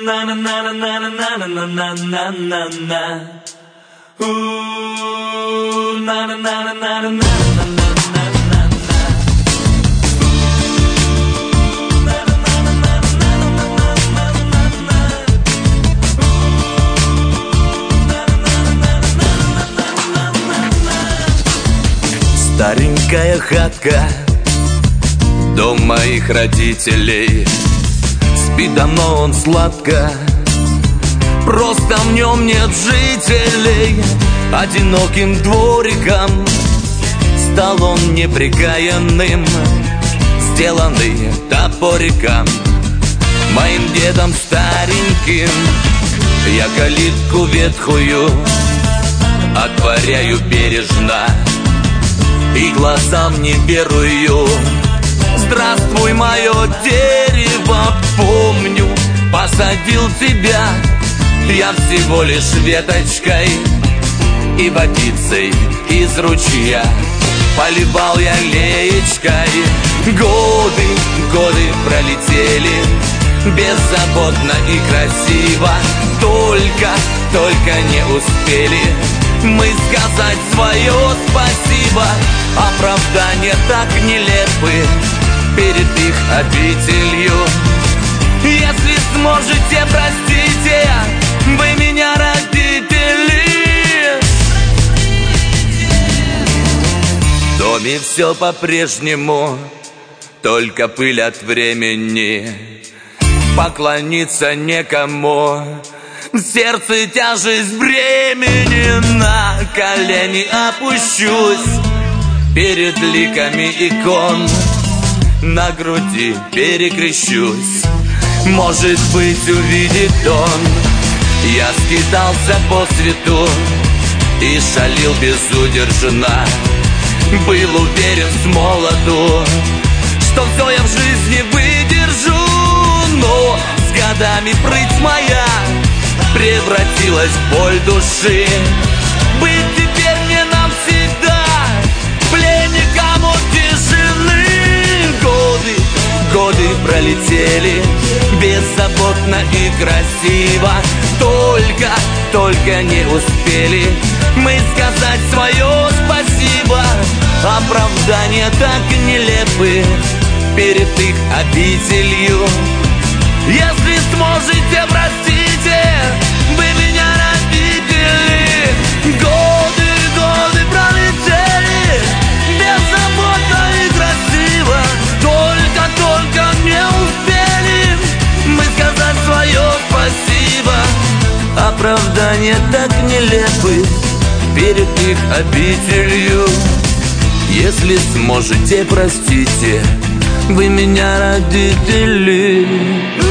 Старенькая хатка, дом моих родителей. Спит давно он сладко, просто в нем нет жителей. Одиноким двориком стал он неприкаянным, сделанный топориком моим дедом стареньким. Я калитку ветхую отворяю бережно и глазам не верую. Здравствуй, мое дерево, помню, посадил тебя я всего лишь веточкой и водицей из ручья поливал я леечкой. Годы пролетели беззаботно и красиво, только не успели мы сказать свое спасибо. Оправдания так нелепы перед их обителью. Если сможете, простите, вы меня, родители. В доме все по-прежнему, только пыль от времени. Поклониться некому, в сердце тяжесть бремени. На колени опущусь перед ликами икон, на груди перекрещусь, может быть, увидит он. Я скитался по свету и шалил безудержно, был уверен с молоду, что все я в жизни выдержу. Но с годами прыть моя превратилась в боль души. Быть теперь не навсегда пленником от тишины. Годы пролетели беззаботно и красиво, только не успели мы сказать свое спасибо. Оправдания так нелепы перед их обителью. Если сможете, простите, вы меня, родители. Годы пролетели беззаботно и красиво, только не успели мы сказать свое спасибо. Оправдания так нелепы перед их обителью. Если сможете, простите, вы меня, родители.